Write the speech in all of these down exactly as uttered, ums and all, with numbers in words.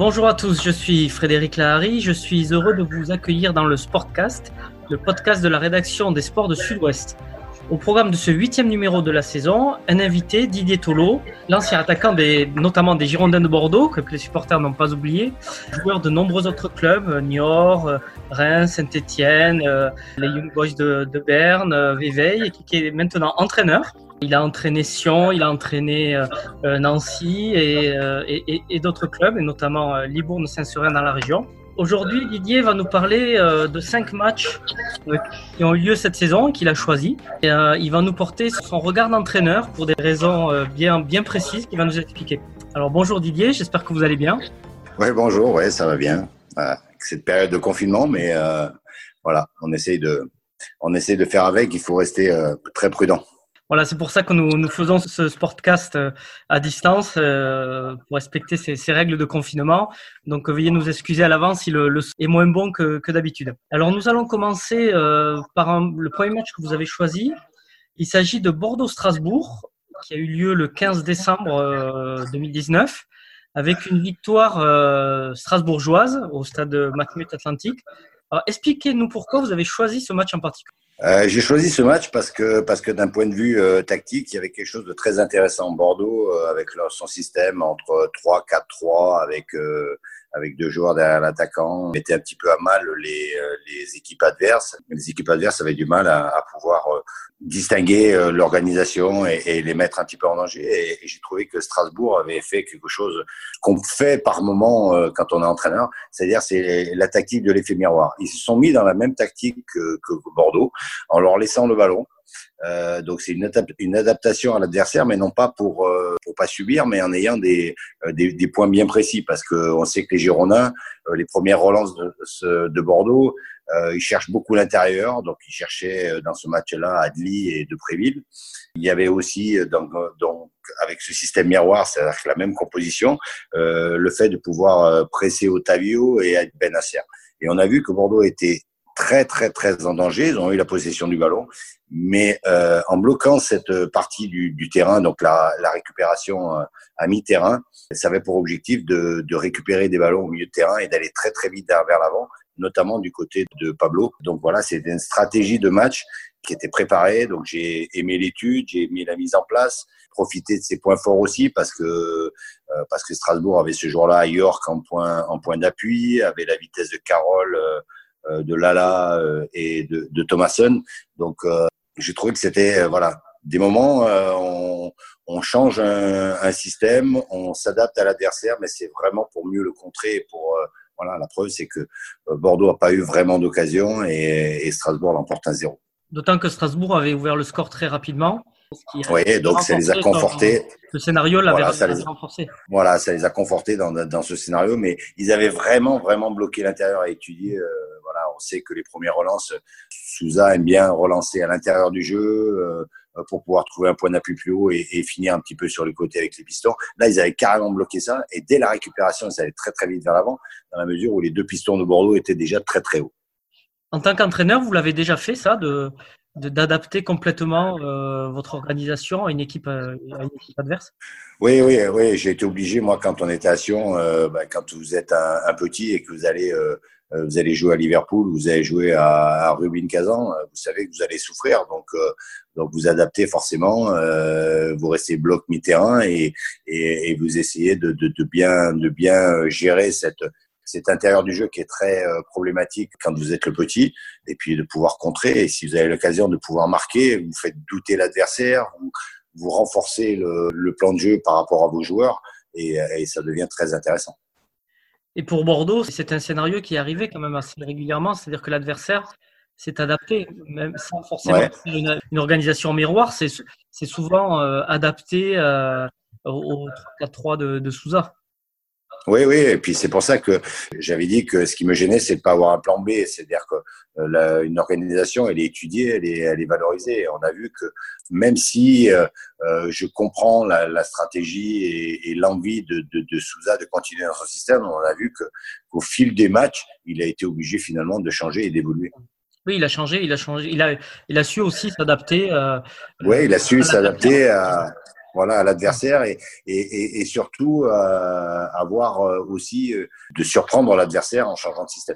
Bonjour à tous, je suis Frédéric Lahari, je suis heureux de vous accueillir dans le Sportcast, le podcast de la rédaction des sports de Sud-Ouest. Au programme de ce huitième numéro de la saison, un invité, Didier Tholo, l'ancien attaquant des, notamment des Girondins de Bordeaux, que les supporters n'ont pas oublié, joueur de nombreux autres clubs, Niort, Reims, Saint-Étienne, les Young Boys de, de Berne, Vevey, et qui, qui est maintenant entraîneur. Il a entraîné Sion, il a entraîné euh, Nancy et, euh, et, et d'autres clubs, et notamment euh, Libourne-Saint-Seurin dans la région. Aujourd'hui, Didier va nous parler euh, de cinq matchs euh, qui ont eu lieu cette saison, qu'il a choisi. Et, euh, il va nous porter son regard d'entraîneur pour des raisons euh, bien, bien précises qu'il va nous expliquer. Alors bonjour Didier, j'espère que vous allez bien. Oui, bonjour, ouais, ça va bien. Voilà. Cette période de confinement, mais euh, voilà, on essaye de, on essaye de faire avec, il faut rester euh, très prudent. Voilà, c'est pour ça que nous, nous faisons ce Sportcast à distance euh, pour respecter ces, ces règles de confinement. Donc, veuillez nous excuser à l'avance si le, le son est moins bon que, que d'habitude. Alors, nous allons commencer euh, par un, le premier match que vous avez choisi. Il s'agit de Bordeaux-Strasbourg, qui a eu lieu le quinze décembre euh, deux mille dix-neuf, avec une victoire euh, strasbourgeoise au stade Matmut Atlantique. Alors, expliquez-nous pourquoi vous avez choisi ce match en particulier. Euh, j'ai choisi ce match parce que parce que d'un point de vue euh, tactique, il y avait quelque chose de très intéressant. Bordeaux, euh, avec leur, son système entre trois quatre trois, avec euh, avec deux joueurs derrière l'attaquant, mettait un petit peu à mal les euh, les équipes adverses. Les équipes adverses avaient du mal à, à pouvoir euh, distinguer euh, l'organisation et, et les mettre un petit peu en danger. Et, et j'ai trouvé que Strasbourg avait fait quelque chose qu'on fait par moment euh, quand on est entraîneur, c'est-à-dire c'est la tactique de l'effet miroir. Ils se sont mis dans la même tactique que, que Bordeaux, en leur laissant le ballon. Euh, donc c'est une, adap- une adaptation à l'adversaire, mais non pas pour euh, pour pas subir, mais en ayant des euh, des, des points bien précis, parce que on sait que les Girondins, euh, les premières relances de, de Bordeaux, euh, ils cherchent beaucoup l'intérieur, donc ils cherchaient dans ce match-là Adli et Depréville. Il y avait aussi donc, donc avec ce système miroir, c'est-à-dire la même composition, euh, le fait de pouvoir presser Otavio et Benasser. Et on a vu que Bordeaux était très très très en danger, ils ont eu la possession du ballon, mais euh, en bloquant cette partie du, du terrain, donc la, la récupération euh, à mi-terrain, ça avait pour objectif de, de récupérer des ballons au milieu de terrain et d'aller très très vite vers l'avant, notamment du côté de Pablo. Donc voilà, c'était une stratégie de match qui était préparée, donc j'ai aimé l'étude, j'ai aimé la mise en place, profiter de ses points forts aussi, parce que euh, parce que Strasbourg avait ce jour-là York en point en point d'appui, avait la vitesse de Carroll, euh, de Lala et de, de Thomasson. Donc, euh, j'ai trouvé que c'était euh, voilà des moments euh, on, on change un, un système, on s'adapte à l'adversaire, mais c'est vraiment pour mieux le contrer. Pour euh, voilà, la preuve c'est que euh, Bordeaux n'a pas eu vraiment d'occasion et, et Strasbourg l'emporte un zéro. D'autant que Strasbourg avait ouvert le score très rapidement. Oui, donc ça les a confortés. Le scénario l'avait voilà, ça les a, renforcé. Voilà, ça les a confortés dans, dans ce scénario, mais ils avaient vraiment, vraiment bloqué l'intérieur à étudier. Euh, voilà, on sait que les premières relances, Sousa aime bien relancer à l'intérieur du jeu euh, pour pouvoir trouver un point d'appui plus haut et, et finir un petit peu sur les côtés avec les pistons. Là, ils avaient carrément bloqué ça, et dès la récupération, ils allaient très, très vite vers l'avant, dans la mesure où les deux pistons de Bordeaux étaient déjà très, très hauts. En tant qu'entraîneur, vous l'avez déjà fait, ça, de, de d'adapter complètement euh, votre organisation à une équipe, à une équipe adverse? Oui, oui, oui. J'ai été obligé, moi, quand on était à Sion, euh, bah, quand vous êtes un, un petit et que vous allez, euh, vous allez jouer à Liverpool, vous allez jouer à, à Rubin Kazan, vous savez que vous allez souffrir. Donc, euh, donc vous adaptez forcément. Euh, vous restez bloc mi-terrain et, et, et vous essayez de, de, de bien, de bien gérer cette cet intérieur du jeu qui est très euh, problématique quand vous êtes le petit, et puis de pouvoir contrer. Et si vous avez l'occasion de pouvoir marquer, vous faites douter l'adversaire, vous, vous renforcez le, le plan de jeu par rapport à vos joueurs, et, et ça devient très intéressant. Et pour Bordeaux, c'est un scénario qui est arrivé quand même assez régulièrement, c'est-à-dire que l'adversaire s'est adapté, même sans forcément ouais. une, une organisation miroir, c'est, c'est souvent euh, adapté euh, au trois quatre trois de, de Sousa. Oui, oui, et puis c'est pour ça que j'avais dit que ce qui me gênait, c'est de pas avoir un plan B, c'est-à-dire que euh, la, une organisation, elle est étudiée, elle est, elle est valorisée. Et on a vu que même si euh, euh, je comprends la, la stratégie et, et l'envie de, de, de Sousa de continuer dans son système, on a vu que qu'au fil des matchs, il a été obligé finalement de changer et d'évoluer. Oui, il a changé, il a changé, il a, il a su aussi s'adapter. Euh, oui, il a su s'adapter à. voilà, à l'adversaire et, et, et, et surtout euh, avoir aussi euh, de surprendre l'adversaire en changeant de système.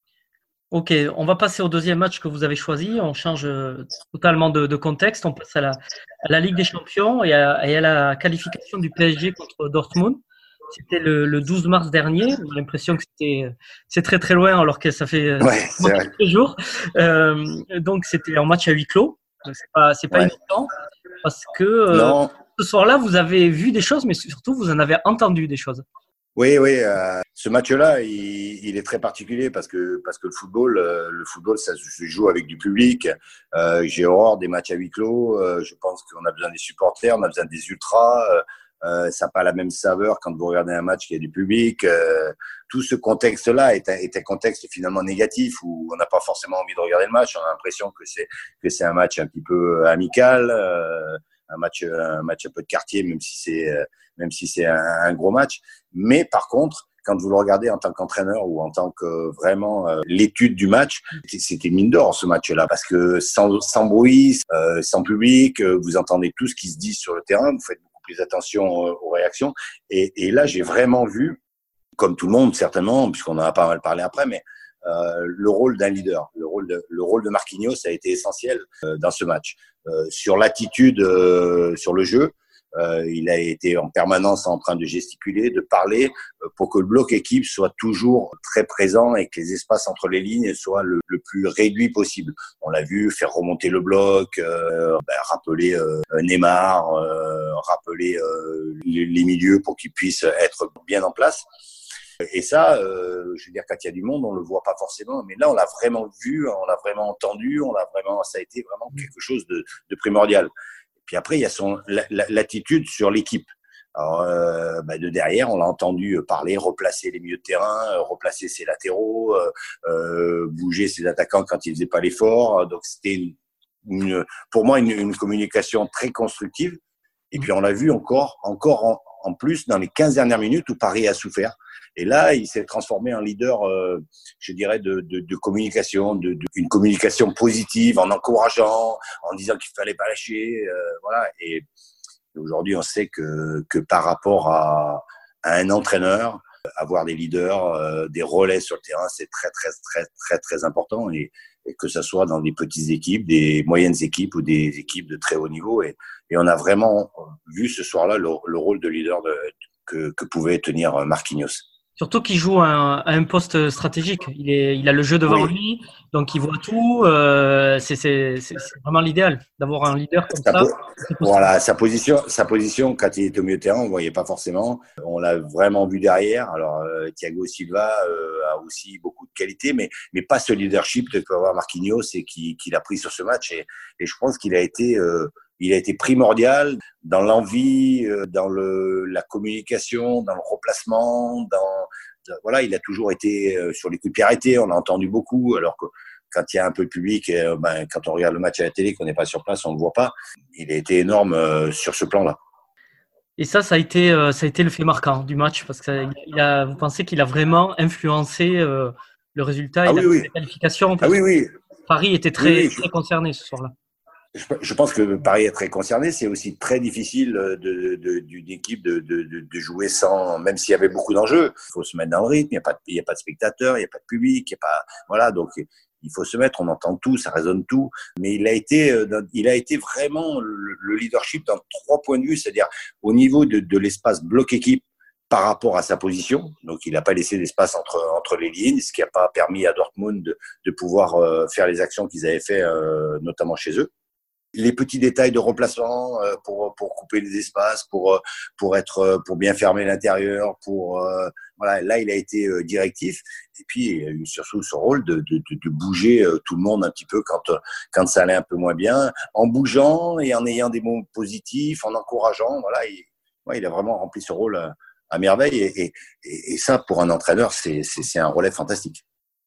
Ok, on va passer au deuxième match que vous avez choisi. On change totalement de, de contexte. On passe à la, à la Ligue des Champions et à, et à la qualification du P S G contre Dortmund. C'était le, le douze mars dernier. On a l'impression que c'était c'est très très loin alors que ça fait ouais, quelques jours. Euh, donc c'était un match à huis clos. Donc c'est pas c'est pas ouais. évident parce que euh, ce soir-là vous avez vu des choses, mais surtout vous en avez entendu des choses. Oui, oui. Euh, ce match-là, il, il est très particulier parce que parce que le football, euh, le football, ça se joue avec du public. Euh, j'ai horreur des matchs à huis clos. Euh, je pense qu'on a besoin des supporters, on a besoin des ultras. Euh, ça n'a pas la même saveur quand vous regardez un match qui a du public. Euh, tout ce contexte-là est un, est un contexte finalement négatif où on n'a pas forcément envie de regarder le match. On a l'impression que c'est que c'est un match un petit peu amical, euh, un match un match un peu de quartier, même si c'est euh, même si c'est un, un gros match. Mais par contre, quand vous le regardez en tant qu'entraîneur ou en tant que vraiment euh, l'étude du match, c'était une mine d'or ce match-là parce que sans, sans bruit, euh, sans public, euh, vous entendez tout ce qui se dit sur le terrain, vous faites beaucoup plus attention euh, aux réactions. Et, et là, j'ai vraiment vu, comme tout le monde certainement, puisqu'on en a pas mal parlé après, mais euh, le rôle d'un leader, le rôle de, le rôle de Marquinhos a été essentiel euh, dans ce match. Euh, sur l'attitude, euh, sur le jeu, Euh, il a été en permanence en train de gesticuler, de parler euh, pour que le bloc équipe soit toujours très présent et que les espaces entre les lignes soient le, le plus réduits possible. On l'a vu faire remonter le bloc, euh, ben, rappeler euh, Neymar, euh, rappeler euh, les, les milieux pour qu'ils puissent être bien en place. Et ça, euh, je veux dire, quand il y a du monde, on le voit pas forcément, mais là, on l'a vraiment vu, on l'a vraiment entendu, on l'a vraiment, ça a été vraiment quelque chose de, de primordial. Puis après, il y a son l'attitude sur l'équipe. Alors, euh, bah de derrière, on l'a entendu parler, replacer les milieux de terrain, replacer ses latéraux, euh, euh, bouger ses attaquants quand ils faisaient pas l'effort. Donc c'était une, une, pour moi une, une communication très constructive. Et puis on l'a vu encore, encore en, en plus dans les quinze dernières minutes où Paris a souffert. Et là, il s'est transformé en leader, euh, je dirais, de, de, de communication, de, de, une communication positive, en encourageant, en disant qu'il fallait pas lâcher, euh, voilà. Et aujourd'hui, on sait que que par rapport à, à un entraîneur, avoir des leaders, euh, des relais sur le terrain, c'est très très très très très important. Et, et que ça soit dans des petites équipes, des moyennes équipes ou des équipes de très haut niveau. Et, et on a vraiment vu ce soir-là le, le rôle de leader de, que, que pouvait tenir Marquinhos. Surtout qu'il joue à un, à un poste stratégique. Il, est, il a le jeu devant oui. lui, donc il voit tout. Euh, c'est, c'est, c'est, c'est vraiment l'idéal d'avoir un leader comme sa ça. Po- voilà, sa position, sa position quand il est au milieu de terrain, on ne voyait pas forcément. On l'a vraiment vu derrière. Alors euh, Thiago Silva euh, a aussi beaucoup de qualités, mais mais pas ce leadership que peut avoir Marquinhos et qui qu'il a pris sur ce match. Et, et je pense qu'il a été euh, il a été primordial dans l'envie, dans le, la communication, dans le replacement, dans, voilà, il a toujours été sur les coups de pied arrêtés, on l'a entendu beaucoup, alors que quand il y a un peu de public, ben, quand on regarde le match à la télé, qu'on n'est pas sur place, on ne le voit pas. Il a été énorme sur ce plan-là. Et ça, ça a été, ça a été le fait marquant du match, parce que il a, vous pensez qu'il a vraiment influencé le résultat et ah, la, oui, oui. la qualification. Ah oui, oui. Paris était très, oui, oui. très concerné ce soir-là. Je pense que Paris est très concerné. C'est aussi très difficile de, de, d'une équipe de, de, de jouer sans, même s'il y avait beaucoup d'enjeux. Il faut se mettre dans le rythme. Il n'y a pas de, il y a pas de spectateurs, il n'y a pas de public, il y a pas, voilà. Donc, il faut se mettre. On entend tout, ça résonne tout. Mais il a été, il a été vraiment le leadership dans trois points de vue, c'est-à-dire au niveau de, de l'espace bloc équipe par rapport à sa position. Donc, il n'a pas laissé d'espace entre, entre les lignes, ce qui n'a pas permis à Dortmund de, de pouvoir faire les actions qu'ils avaient fait, notamment chez eux. Les petits détails de remplacement euh, pour pour couper les espaces, pour pour être pour bien fermer l'intérieur, pour euh, voilà, là il a été euh, directif et puis il a eu surtout ce rôle de de de bouger euh, tout le monde un petit peu quand quand ça allait un peu moins bien, en bougeant et en ayant des mots positifs, en encourageant, voilà, il ouais, il a vraiment rempli ce rôle à, à merveille et, et et ça pour un entraîneur, c'est c'est c'est un relais fantastique.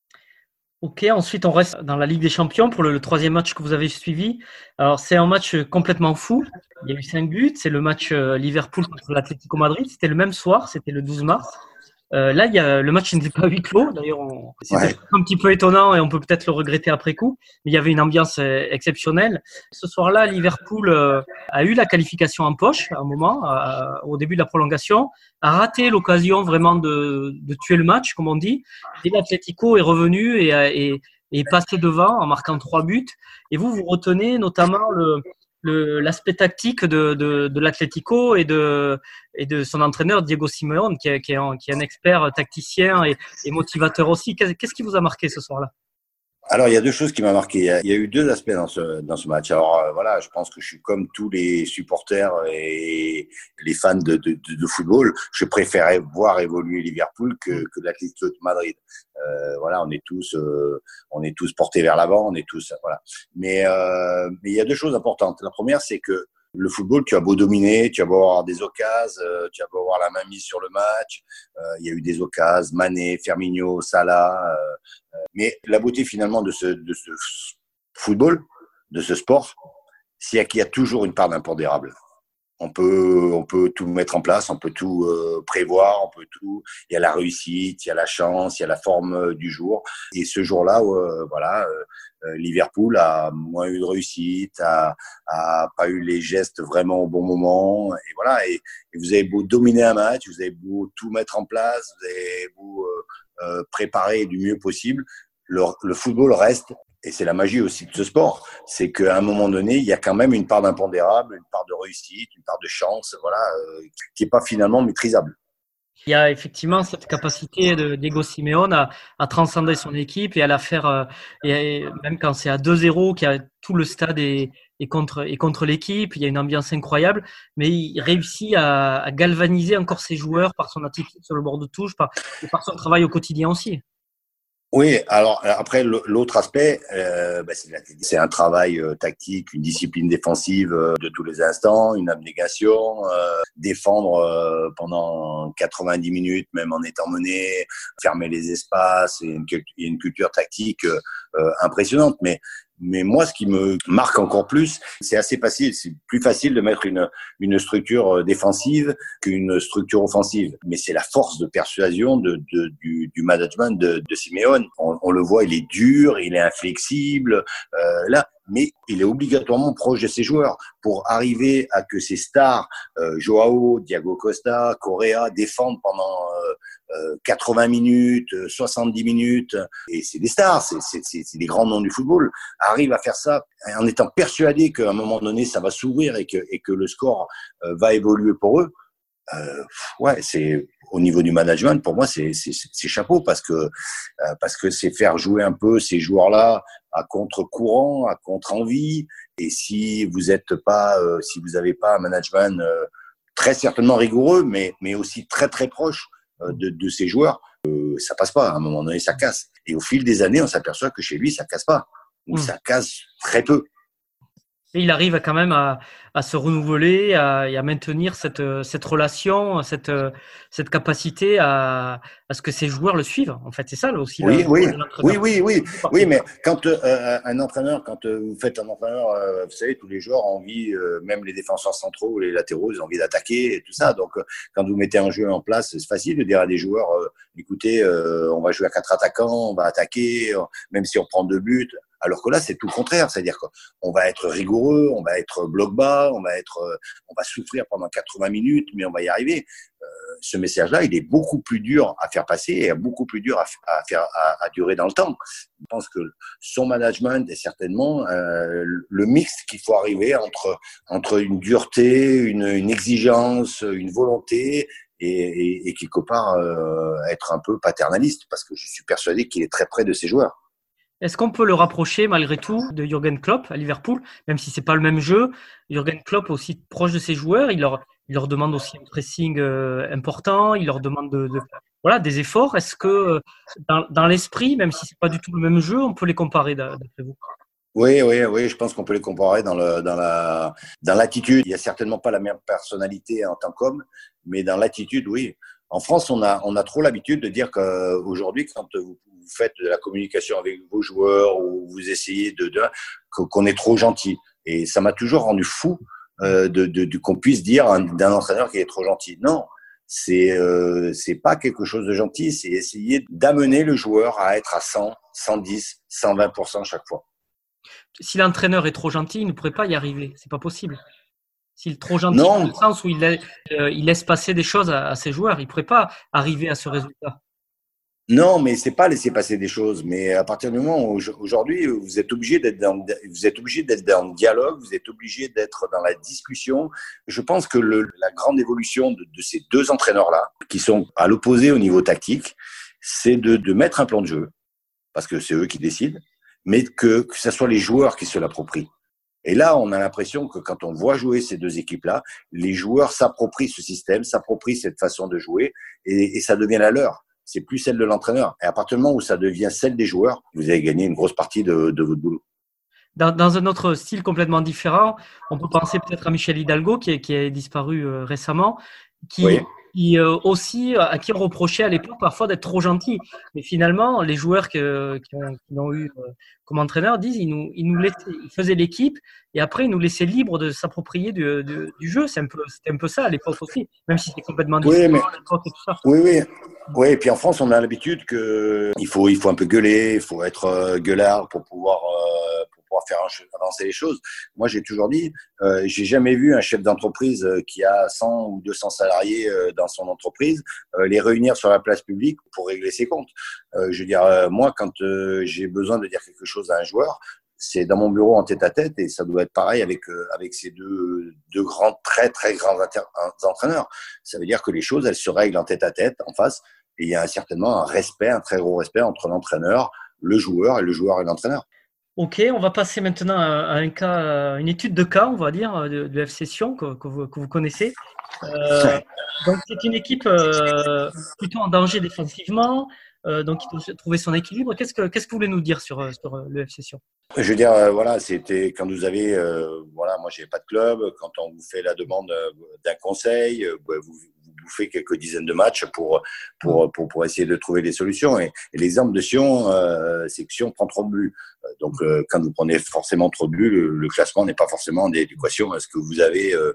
Ok, ensuite on reste dans la Ligue des Champions pour le, le troisième match que vous avez suivi. Alors c'est un match complètement fou. Il y a eu cinq buts. C'est le match euh, Liverpool contre l'Atlético Madrid. C'était le même soir, c'était le douze mars. Euh, là, il y a, le match n'était pas à huis clos. D'ailleurs, on, c'était Ouais. un petit peu étonnant et on peut peut-être le regretter après coup. Mais il y avait une ambiance euh, exceptionnelle. Ce soir-là, Liverpool euh, a eu la qualification en poche à un moment, euh, au début de la prolongation, a raté l'occasion vraiment de, de tuer le match, comme on dit. Et l'Atlético est revenu et, a- et, et est passé devant en marquant trois buts. Et vous, vous retenez notamment le, le, l'aspect tactique de, de, de l'Atlético et de, et de son entraîneur Diego Simeone, qui est, qui est, un, qui est un expert tacticien et, et motivateur aussi. Qu'est-ce, qu'est-ce qui vous a marqué ce soir-là? Alors, il y a deux choses qui m'ont marqué. Il y, a, il y a eu deux aspects dans ce, dans ce match. Alors, euh, voilà, je pense que je suis comme tous les supporters et les fans de, de, de, de football. Je préférais voir évoluer Liverpool que, que l'Atlético de Madrid. Euh, voilà, on est tous, euh, on est tous portés vers l'avant, on est tous, voilà. Mais, euh, mais il y a deux choses importantes. La première, c'est que le football, tu as beau dominer, tu as beau avoir des occasions, euh, tu as beau avoir la main mise sur le match. Euh, il y a eu des occasions, Mané, Firmino, Salah. Euh, mais la beauté finalement de ce, de ce football, de ce sport, c'est qu'il y a toujours une part d'impondérable. On peut, on peut tout mettre en place, on peut tout euh, prévoir, on peut tout. Il y a la réussite, il y a la chance, il y a la forme euh, du jour. Et ce jour-là, euh, voilà, euh, Liverpool a moins eu de réussite, a, a pas eu les gestes vraiment au bon moment. Et voilà. Et, et vous avez beau dominer un match, vous avez beau tout mettre en place, vous avez beau euh, euh, préparer du mieux possible, le, le football reste. Et c'est la magie aussi de ce sport, c'est qu'à un moment donné, il y a quand même une part d'impondérable, une part de réussite, une part de chance, voilà, euh, qui n'est pas finalement maîtrisable. Il y a effectivement cette capacité de Diego Simeone à, à transcender son équipe et à la faire, euh, et même quand c'est à deux zéro, qu'il y a tout le stade est, est contre, est contre l'équipe, il y a une ambiance incroyable, mais il réussit à, à galvaniser encore ses joueurs par son attitude sur le bord de touche, par, et par son travail au quotidien aussi. Oui, alors après l'autre aspect, euh, bah, c'est, c'est un travail euh, tactique, une discipline défensive euh, de tous les instants, une abnégation, euh, défendre euh, pendant quatre-vingt-dix minutes, même en étant mené, fermer les espaces, et une, une culture tactique euh, euh, impressionnante. Mais mais moi, ce qui me marque encore plus, c'est assez facile. C'est plus facile de mettre une, une structure défensive qu'une structure offensive. Mais c'est la force de persuasion de, de, du, du management de, de Simeone. On, on le voit, il est dur, il est inflexible. Euh, là, mais il est obligatoirement proche de ses joueurs pour arriver à que ces stars, euh, Joao, Diego Costa, Correa, défendent pendant euh, euh, quatre-vingts minutes, soixante-dix minutes. Et c'est des stars, c'est, c'est, c'est, c'est des grands noms du football. Arrivent à faire ça en étant persuadés qu'à un moment donné, ça va s'ouvrir et que, et que le score euh, va évoluer pour eux. Euh, ouais, c'est au niveau du management, pour moi, c'est, c'est, c'est chapeau parce que euh, parce que c'est faire jouer un peu ces joueurs-là à contre-courant, à contre-envie. Et si vous êtes pas, euh, si vous n'avez pas un management euh, très certainement rigoureux, mais mais aussi très très proche euh, de, de ces joueurs, euh, ça passe pas. À un moment donné, ça casse. Et au fil des années, on s'aperçoit que chez lui, ça casse pas ou Mmh. ça casse très peu. Et il arrive quand même à, à se renouveler à, et à maintenir cette, cette relation, cette, cette capacité à, à ce que ses joueurs le suivent. En fait, c'est ça là, aussi Oui, le oui, rôle de oui, l'entraîneur. oui, oui, oui, mais quand euh, un entraîneur, quand euh, vous faites un entraîneur, euh, vous savez, tous les joueurs ont envie, euh, même les défenseurs centraux ou les latéraux, ils ont envie d'attaquer et tout ça. Donc, euh, quand vous mettez un jeu en place, c'est facile de dire à des joueurs, euh, écoutez, euh, on va jouer à quatre attaquants, on va attaquer, euh, même si on prend deux buts. Alors que là, c'est tout le contraire, c'est-à-dire qu'on va être rigoureux, on va être bloc bas, on va être, euh, on va souffrir pendant quatre-vingts minutes, mais on va y arriver. Euh, ce message-là, il est beaucoup plus dur à faire passer et beaucoup plus dur à, à faire à, à durer dans le temps. Je pense que son management est certainement euh, le mix qu'il faut arriver entre entre une dureté, une, une exigence, une volonté et, et, et quelque part euh, être un peu paternaliste parce que je suis persuadé qu'il est très près de ses joueurs. Est-ce qu'on peut le rapprocher malgré tout de Jürgen Klopp à Liverpool, même si c'est pas le même jeu? Jürgen Klopp aussi proche de ses joueurs, il leur, il leur demande aussi un pressing euh, important, il leur demande de, de- voilà, des efforts. Est-ce que euh, dans, dans l'esprit, même si c'est pas du tout le même jeu, on peut les comparer d'a- d'après vous? Oui, oui, oui, je pense qu'on peut les comparer dans le dans la dans l'attitude. Il y a certainement pas la même personnalité en tant qu'homme, mais dans l'attitude, oui. En France, on a on a trop l'habitude de dire qu'aujourd'hui, quand vous, vous faites de la communication avec vos joueurs ou vous essayez de, de qu'on est trop gentil. Et ça m'a toujours rendu fou euh, de, de, de qu'on puisse dire d'un entraîneur qui est trop gentil. Non, c'est euh, c'est pas quelque chose de gentil, c'est essayer d'amener le joueur à être à cent, cent dix, cent vingt pour cent chaque fois. Si l'entraîneur est trop gentil, il ne pourrait pas y arriver. C'est pas possible. S'il est trop gentil Non, dans le sens où il, la- euh, il laisse passer des choses à, à ses joueurs, il ne pourrait pas arriver à ce résultat. non, mais c'est pas laisser passer des choses. Mais à partir du moment où aujourd'hui, vous êtes obligé d'être dans, vous êtes obligé d'être dans le dialogue, vous êtes obligé d'être dans la discussion. Je pense que le, la grande évolution de, de ces deux entraîneurs-là, qui sont à l'opposé au niveau tactique, c'est de, de mettre un plan de jeu, parce que c'est eux qui décident, mais que, que ce soit les joueurs qui se l'approprient. Et là, on a l'impression que quand on voit jouer ces deux équipes-là, les joueurs s'approprient ce système, s'approprient cette façon de jouer, et, et ça devient la leur. C'est plus celle de l'entraîneur. Et à partir du moment où ça devient celle des joueurs, vous avez gagné une grosse partie de, de votre boulot. Dans, dans un autre style complètement différent, on peut penser peut-être à Michel Hidalgo, qui est, qui est disparu euh, récemment, qui, Oui. qui euh, aussi, à qui on reprochait à l'époque parfois d'être trop gentil. Mais finalement, les joueurs que, qui, ont, qui l'ont eu euh, comme entraîneur disent ils nous, ils nous laissaient, ils faisaient l'équipe et après ils nous laissaient libres de s'approprier du, du, du jeu. C'est un peu, c'était un peu ça à l'époque aussi, même si c'était complètement différent Oui, mais à l'époque et tout ça. oui, oui. Oui, et puis en France, on a l'habitude que il faut, il faut un peu gueuler, il faut être euh, gueulard pour pouvoir, euh, pour pouvoir faire avancer les choses. Moi, j'ai toujours dit, euh, j'ai jamais vu un chef d'entreprise qui a cent ou deux cents salariés euh, dans son entreprise euh, les réunir sur la place publique pour régler ses comptes. Euh, je veux dire, euh, moi, quand euh, j'ai besoin de dire quelque chose à un joueur, c'est dans mon bureau en tête à tête et ça doit être pareil avec euh, avec ces deux deux grands très très grands inter- entraîneurs. Ça veut dire que les choses elles se règlent en tête à tête en face et il y a certainement un respect, un très gros respect entre l'entraîneur, le joueur et le joueur et l'entraîneur. Ok, on va passer maintenant à un cas, à une étude de cas, on va dire, de, de F C Sion que, que, vous, que vous connaissez. Euh, donc c'est une équipe euh, plutôt en danger défensivement, euh, donc il doit trouver son équilibre. Qu'est-ce que qu'est-ce que vous voulez nous dire sur, sur le F C Sion? Je veux dire, euh, voilà, c'était quand vous avez, euh, voilà, moi j'ai pas de club, quand on vous fait la demande euh, d'un conseil, euh, vous, vous bouffez quelques dizaines de matchs pour pour pour, pour essayer de trouver des solutions. Et, et l'exemple de Sion, euh, c'est que Sion prend trop de buts. Donc euh, quand vous prenez forcément trop de buts, le, le classement n'est pas forcément en adéquation à ce que vous avez euh,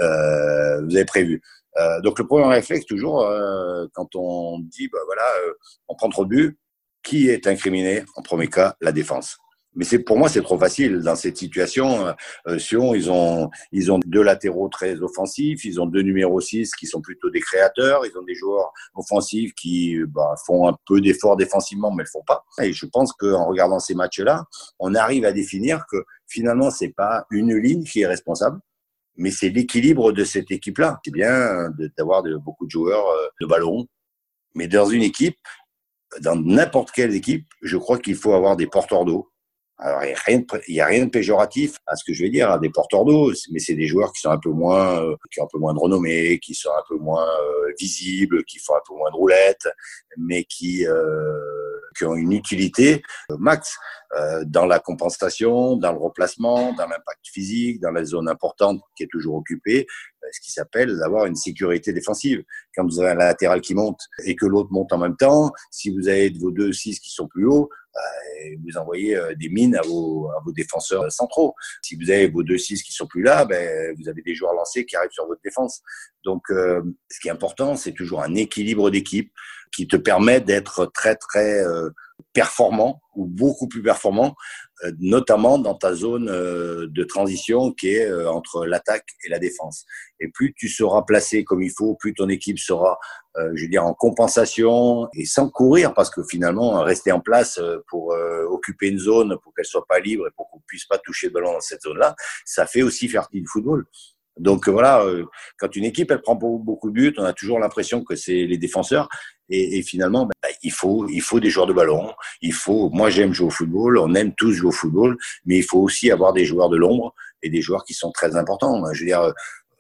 euh, vous avez prévu. Euh, donc le premier réflexe toujours, euh, quand on dit, bah voilà, euh, on prend trop de buts, qui est incriminé en premier cas? La défense. Mais c'est pour moi c'est trop facile dans cette situation. Euh, Sion ils ont ils ont deux latéraux très offensifs, ils ont deux numéros six qui sont plutôt des créateurs, ils ont des joueurs offensifs qui bah, font un peu d'efforts défensivement mais le font pas. Et je pense qu'en regardant ces matchs-là, on arrive à définir que finalement c'est pas une ligne qui est responsable, mais c'est l'équilibre de cette équipe-là. C'est bien d'avoir de, beaucoup de joueurs de ballon, mais dans une équipe, dans n'importe quelle équipe, je crois qu'il faut avoir des porteurs d'eau. Alors, il n'y a, rien de, il y a rien de péjoratif à ce que je vais dire, à des porteurs d'eau, mais c'est des joueurs qui sont un peu moins, euh, qui ont un peu moins de renommée, qui sont un peu moins euh, visibles, qui font un peu moins de roulettes, mais qui, euh, qui ont une utilité euh, max euh, dans la compensation, dans le replacement, dans l'impact physique, dans la zone importante qui est toujours occupée, ce qui s'appelle d'avoir une sécurité défensive. Quand vous avez un latéral qui monte et que l'autre monte en même temps, si vous avez vos deux six qui sont plus hauts, euh, vous envoyez euh, des mines à vos, à vos défenseurs centraux. Si vous avez vos deux six qui sont plus là, ben, vous avez des joueurs lancés qui arrivent sur votre défense. Donc, euh, ce qui est important, c'est toujours un équilibre d'équipe qui te permet d'être très, très euh, performant ou beaucoup plus performant, euh, notamment dans ta zone euh, de transition qui est euh, entre l'attaque et la défense. Et plus tu seras placé comme il faut, plus ton équipe sera, euh, je veux dire, en compensation et sans courir, parce que finalement, rester en place pour euh, occuper une zone, pour qu'elle soit pas libre et pour qu'on puisse pas toucher le ballon dans cette zone-là, ça fait aussi faire du football. Donc voilà, euh, quand une équipe elle prend beaucoup de buts, on a toujours l'impression que c'est les défenseurs. Et, et finalement, bah, il faut, il faut des joueurs de ballon. Il faut, moi j'aime jouer au football, on aime tous jouer au football, mais il faut aussi avoir des joueurs de l'ombre et des joueurs qui sont très importants. Je veux dire,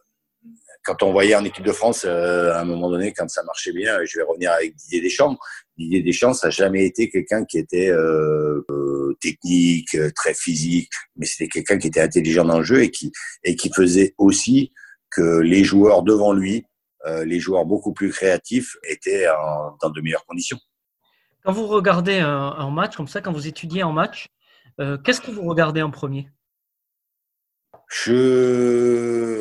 quand on voyait en équipe de France, euh, à un moment donné, quand ça marchait bien, je vais revenir avec Didier Deschamps. Didier Deschamps, ça n'a jamais été quelqu'un qui était euh, euh, technique, très physique, mais c'était quelqu'un qui était intelligent dans le jeu et qui et qui faisait aussi que les joueurs devant lui, euh, les joueurs beaucoup plus créatifs, étaient en, dans de meilleures conditions. Quand vous regardez un, un match comme ça, quand vous étudiez un match, euh, qu'est-ce que vous regardez en premier? Je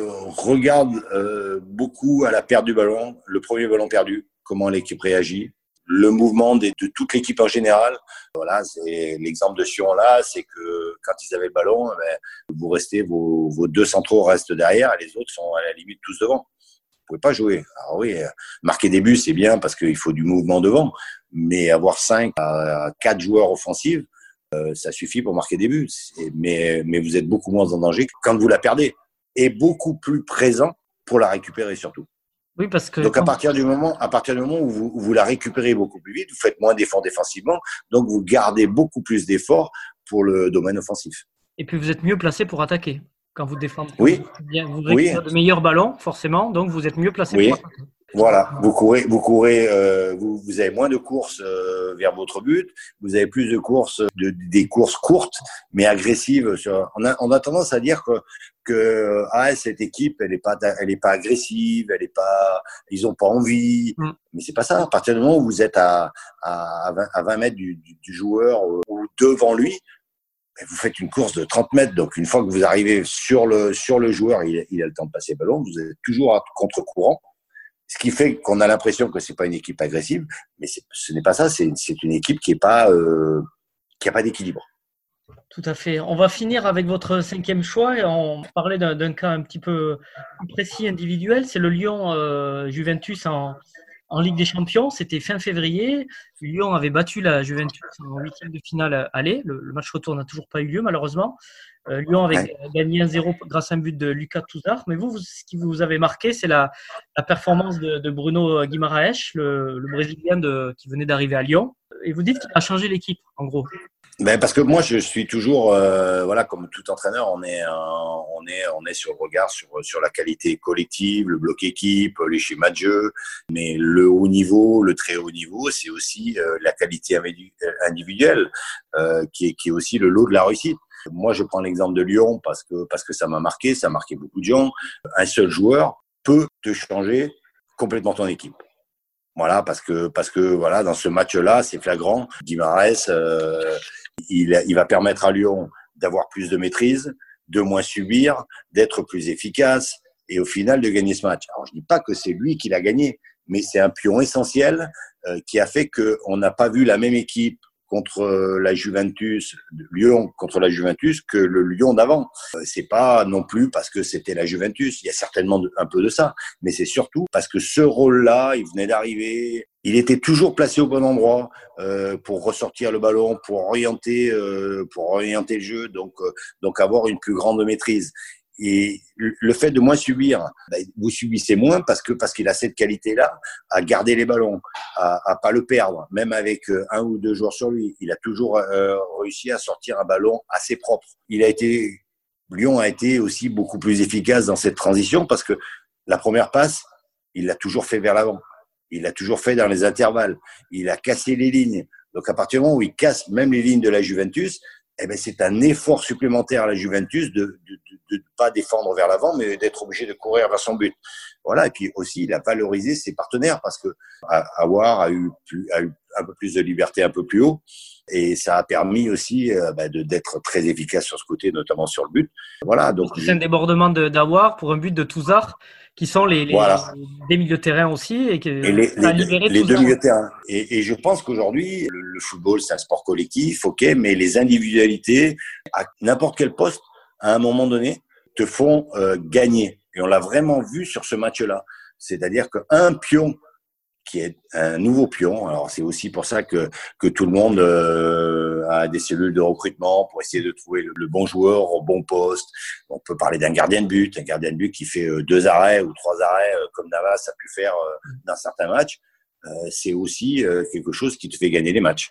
regarde euh, beaucoup à la perte du ballon, le premier ballon perdu, comment l'équipe réagit, le mouvement des, de toute l'équipe en général. Voilà, c'est l'exemple de Sion là, c'est que quand ils avaient le ballon, ben, vous restez, vos, vos deux centraux restent derrière, et les autres sont à la limite tous devant. Vous pouvez pas jouer. Alors oui, marquer des buts, c'est bien parce qu'il faut du mouvement devant, mais avoir cinq à quatre joueurs offensifs, euh, ça suffit pour marquer des buts. Mais, mais vous êtes beaucoup moins en danger quand vous la perdez, et beaucoup plus présent pour la récupérer surtout. Oui, parce que donc à partir du moment, à partir du moment où vous, où vous la récupérez beaucoup plus vite, vous faites moins d'efforts défensivement, donc vous gardez beaucoup plus d'efforts pour le domaine offensif. Et puis vous êtes mieux placé pour attaquer quand vous défendez. Oui. Bien, vous récupérez oui. de meilleurs ballons, forcément, donc vous êtes mieux placé oui. pour attaquer. Voilà, vous courez, vous courez, euh, vous, vous avez moins de courses euh, vers votre but, vous avez plus de courses, de, des courses courtes mais agressives. Sur, on a, on a tendance à dire que que ah cette équipe, elle est pas, elle est pas agressive, elle est pas, ils ont pas envie. Mm. Mais c'est pas ça. À partir du moment où vous êtes à à vingt, à vingt mètres du, du, du joueur ou devant lui, vous faites une course de trente mètres. Donc une fois que vous arrivez sur le sur le joueur, il, il a le temps de passer le ballon. Vous êtes toujours à contre-courant. Ce qui fait qu'on a l'impression que c'est pas une équipe agressive, mais c'est, ce n'est pas ça. C'est, c'est une équipe qui est pas, euh, qui a pas d'équilibre. Tout à fait. On va finir avec votre cinquième choix et on parlait d'un, d'un cas un petit peu plus précis individuel. C'est le Lyon euh, Juventus en, en Ligue des Champions. C'était fin février. Lyon avait battu la Juventus en huitième de finale aller. Le, le match retour n'a toujours pas eu lieu malheureusement. Euh, Lyon avait ouais. gagné un zéro grâce à un but de Lucas Touzard. Mais vous, vous, ce qui vous avez marqué, c'est la, la performance de, de Bruno Guimaraes, le, le Brésilien de, qui venait d'arriver à Lyon. Et vous dites qu'il a changé l'équipe, en gros. Ben parce que moi, je suis toujours, euh, voilà, comme tout entraîneur, on est, euh, on est, on est sur le regard sur sur la qualité collective, le bloc équipe, les schémas de jeu. Mais le haut niveau, le très haut niveau, c'est aussi euh, la qualité individuelle euh, qui est qui est aussi le lot de la réussite. Moi, je prends l'exemple de Lyon parce que parce que ça m'a marqué, ça a marqué beaucoup de gens. Un seul joueur peut te changer complètement ton équipe. Voilà, parce que parce que voilà, dans ce match-là, c'est flagrant. Guimaraes, euh, il il va permettre à Lyon d'avoir plus de maîtrise, de moins subir, d'être plus efficace et au final de gagner ce match. Alors, je dis pas que c'est lui qui l'a gagné, mais c'est un pion essentiel euh, qui a fait que on n'a pas vu la même équipe contre la Juventus, Lyon contre la Juventus que le Lyon d'avant. C'est pas non plus parce que c'était la Juventus, il y a certainement un peu de ça, mais c'est surtout parce que ce rôle-là, il venait d'arriver, il était toujours placé au bon endroit euh, pour ressortir le ballon, pour orienter, euh, pour orienter le jeu, donc euh, donc avoir une plus grande maîtrise. Et le fait de moins subir, ben, vous subissez moins parce que parce qu'il a cette qualité-là à garder les ballons, à, à pas le perdre, même avec un ou deux joueurs sur lui. Il a toujours euh, réussi à sortir un ballon assez propre. Il a été, Lyon a été aussi beaucoup plus efficace dans cette transition parce que la première passe, il l'a toujours fait vers l'avant. Il l'a toujours fait dans les intervalles. Il a cassé les lignes. Donc à partir du moment où il casse même les lignes de la Juventus, eh ben c'est un effort supplémentaire à la Juventus de de ne pas défendre vers l'avant, mais d'être obligé de courir vers son but. Voilà. Et puis aussi, il a valorisé ses partenaires parce que Aouar a eu, plus, a eu un peu plus de liberté un peu plus haut. Et ça a permis aussi euh, bah, de, d'être très efficace sur ce côté, notamment sur le but. Voilà. Donc, c'est un débordement de, d'Aouar pour un but de Touzard, qui sont les, les, voilà. des milieux de terrain aussi. Et, que, et les, ça a les, libéré les Touzard. deux milieux de terrain. Et, et je pense qu'aujourd'hui, le, le football, c'est un sport collectif, ok, mais les individualités, à n'importe quel poste, à un moment donné, te font euh, gagner. Et on l'a vraiment vu sur ce match-là. C'est-à-dire qu'un pion qui est un nouveau pion, alors c'est aussi pour ça que que tout le monde euh, a des cellules de recrutement pour essayer de trouver le, le bon joueur au bon poste. On peut parler d'un gardien de but, un gardien de but qui fait euh, deux arrêts ou trois arrêts, euh, comme Navas a pu faire euh, dans certains matchs. Euh, c'est aussi euh, quelque chose qui te fait gagner les matchs.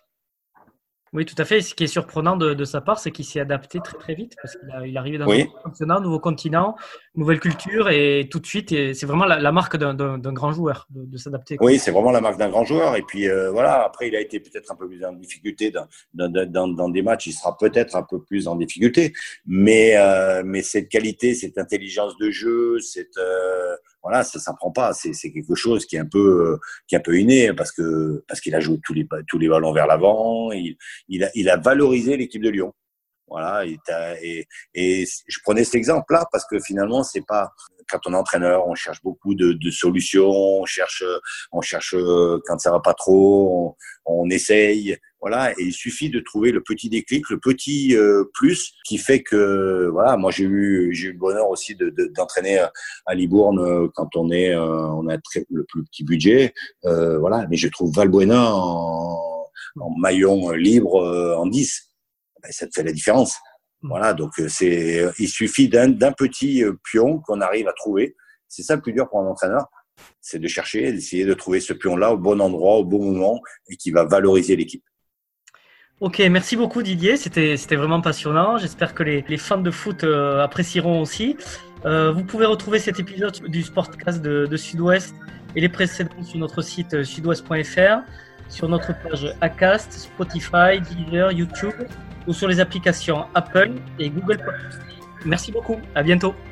Oui, tout à fait. Ce qui est surprenant de, de sa part, c'est qu'il s'est adapté très très vite parce qu'il a, il est arrivé dans oui. un nouveau championnat, un nouveau continent, nouvelle culture et tout de suite, et c'est vraiment la, la marque d'un, d'un, d'un grand joueur de, de s'adapter. Oui, c'est vraiment la marque d'un grand joueur. Et puis euh, voilà, après il a été peut-être un peu plus en difficulté dans, dans, dans, dans des matchs. Il sera peut-être un peu plus en difficulté, mais euh, mais cette qualité, cette intelligence de jeu, cette euh, voilà, ça s'apprend pas. C'est, c'est quelque chose qui est un peu, qui est un peu inné parce que parce qu'il a joué tous les tous les ballons vers l'avant. Il, il a il a valorisé l'équipe de Lyon. Voilà, et, et, et je prenais cet exemple-là parce que finalement, c'est pas quand on est entraîneur, on cherche beaucoup de, de solutions, on cherche, on cherche quand ça va pas trop, on, on essaye, voilà. Et il suffit de trouver le petit déclic, le petit euh, plus qui fait que, voilà, moi j'ai eu, j'ai eu le bonheur aussi de, de, d'entraîner à Libourne quand on est, euh, on a très, le plus petit budget, euh, voilà. Mais je trouve Valbuena en, en maillon libre euh, en dix. Ben, ça te fait la différence. Voilà, donc c'est, il suffit d'un, d'un petit pion qu'on arrive à trouver. C'est ça le plus dur pour un entraîneur, c'est de chercher, d'essayer de trouver ce pion-là au bon endroit, au bon moment et qui va valoriser l'équipe. Ok, merci beaucoup Didier, c'était, c'était vraiment passionnant. J'espère que les, les fans de foot euh, apprécieront aussi. Euh, vous pouvez retrouver cet épisode du Sportcast de, de Sud-Ouest et les précédents sur notre site sudouest point f r, sur notre page Acast, Spotify, Deezer, YouTube ou sur les applications Apple et Google Podcast. Merci beaucoup, à bientôt.